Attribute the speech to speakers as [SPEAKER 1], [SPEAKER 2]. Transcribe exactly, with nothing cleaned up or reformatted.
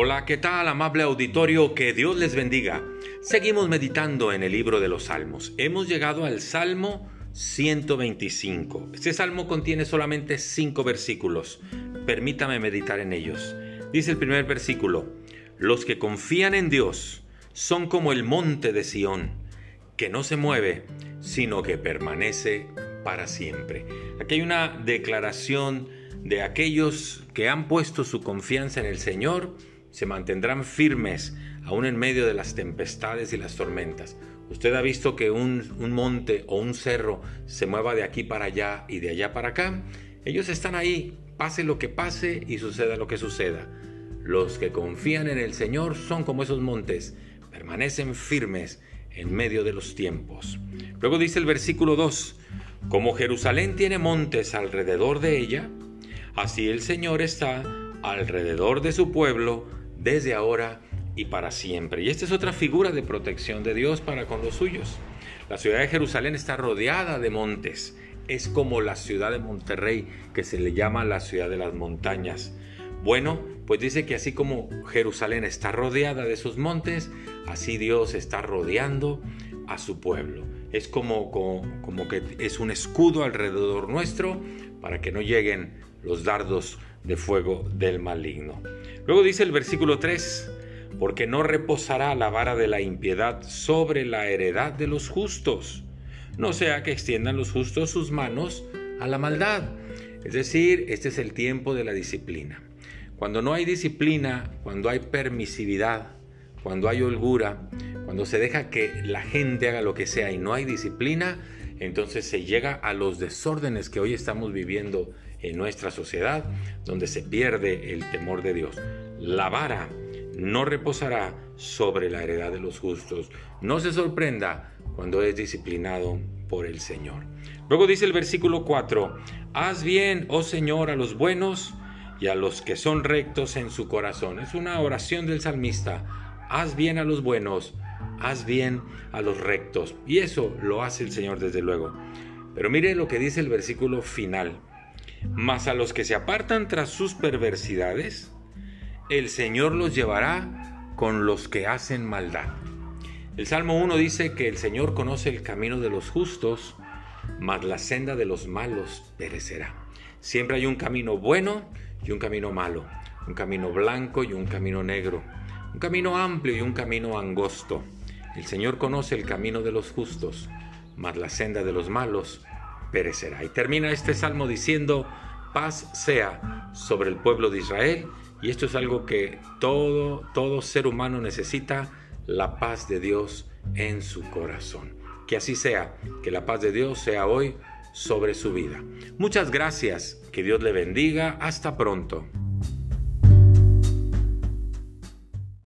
[SPEAKER 1] Hola, ¿qué tal, amable auditorio? Que Dios les bendiga. Seguimos meditando en el libro de los Salmos. Hemos llegado al Salmo ciento veinticinco. Este salmo contiene solamente cinco versículos. Permítame meditar en ellos. Dice el primer versículo: los que confían en Dios son como el monte de Sión, que no se mueve, sino que permanece para siempre. Aquí hay una declaración de aquellos que han puesto su confianza en el Señor. Se mantendrán firmes aún en medio de las tempestades y las tormentas. Usted ha visto que un, un monte o un cerro se mueva de aquí para allá y de allá para acá. Ellos están ahí, pase lo que pase y suceda lo que suceda. Los que confían en el Señor son como esos montes, permanecen firmes en medio de los tiempos. Luego dice el versículo dos: como Jerusalén tiene montes alrededor de ella, así el Señor está alrededor de su pueblo desde ahora y para siempre. Y esta es otra figura de protección de Dios para con los suyos. La ciudad de Jerusalén está rodeada de montes. Es como la ciudad de Monterrey, que se le llama la ciudad de las montañas. Bueno, pues dice que así como Jerusalén está rodeada de esos montes, así Dios está rodeando a su pueblo. Es como, como, como que es un escudo alrededor nuestro para que no lleguen los dardos de fuego del maligno. Luego dice el versículo tres: porque no reposará la vara de la impiedad sobre la heredad de los justos, no sea que extiendan los justos sus manos a la maldad. Es decir, este es el tiempo de la disciplina. Cuando no hay disciplina, cuando hay permisividad, cuando hay holgura, cuando se deja que la gente haga lo que sea y no hay disciplina, entonces se llega a los desórdenes que hoy estamos viviendo en nuestra sociedad, donde se pierde el temor de Dios. La vara no reposará sobre la heredad de los justos. No se sorprenda cuando es disciplinado por el Señor. Luego dice el versículo cuatro: haz bien, oh Señor, a los buenos y a los que son rectos en su corazón. Es una oración del salmista. Haz bien a los buenos, haz bien a los rectos. Y eso lo hace el Señor desde luego. Pero mire lo que dice el versículo final: mas a los que se apartan tras sus perversidades, el Señor los llevará con los que hacen maldad. El Salmo uno dice que el Señor conoce el camino de los justos, mas la senda de los malos perecerá. Siempre hay un camino bueno y un camino malo, un camino blanco y un camino negro, un camino amplio y un camino angosto. El Señor conoce el camino de los justos, mas la senda de los malos perecerá. Y termina este salmo diciendo: paz sea sobre el pueblo de Israel. Y esto es algo que todo, todo ser humano necesita: la paz de Dios en su corazón. Que así sea, que la paz de Dios sea hoy sobre su vida. Muchas gracias, que Dios le bendiga. Hasta pronto.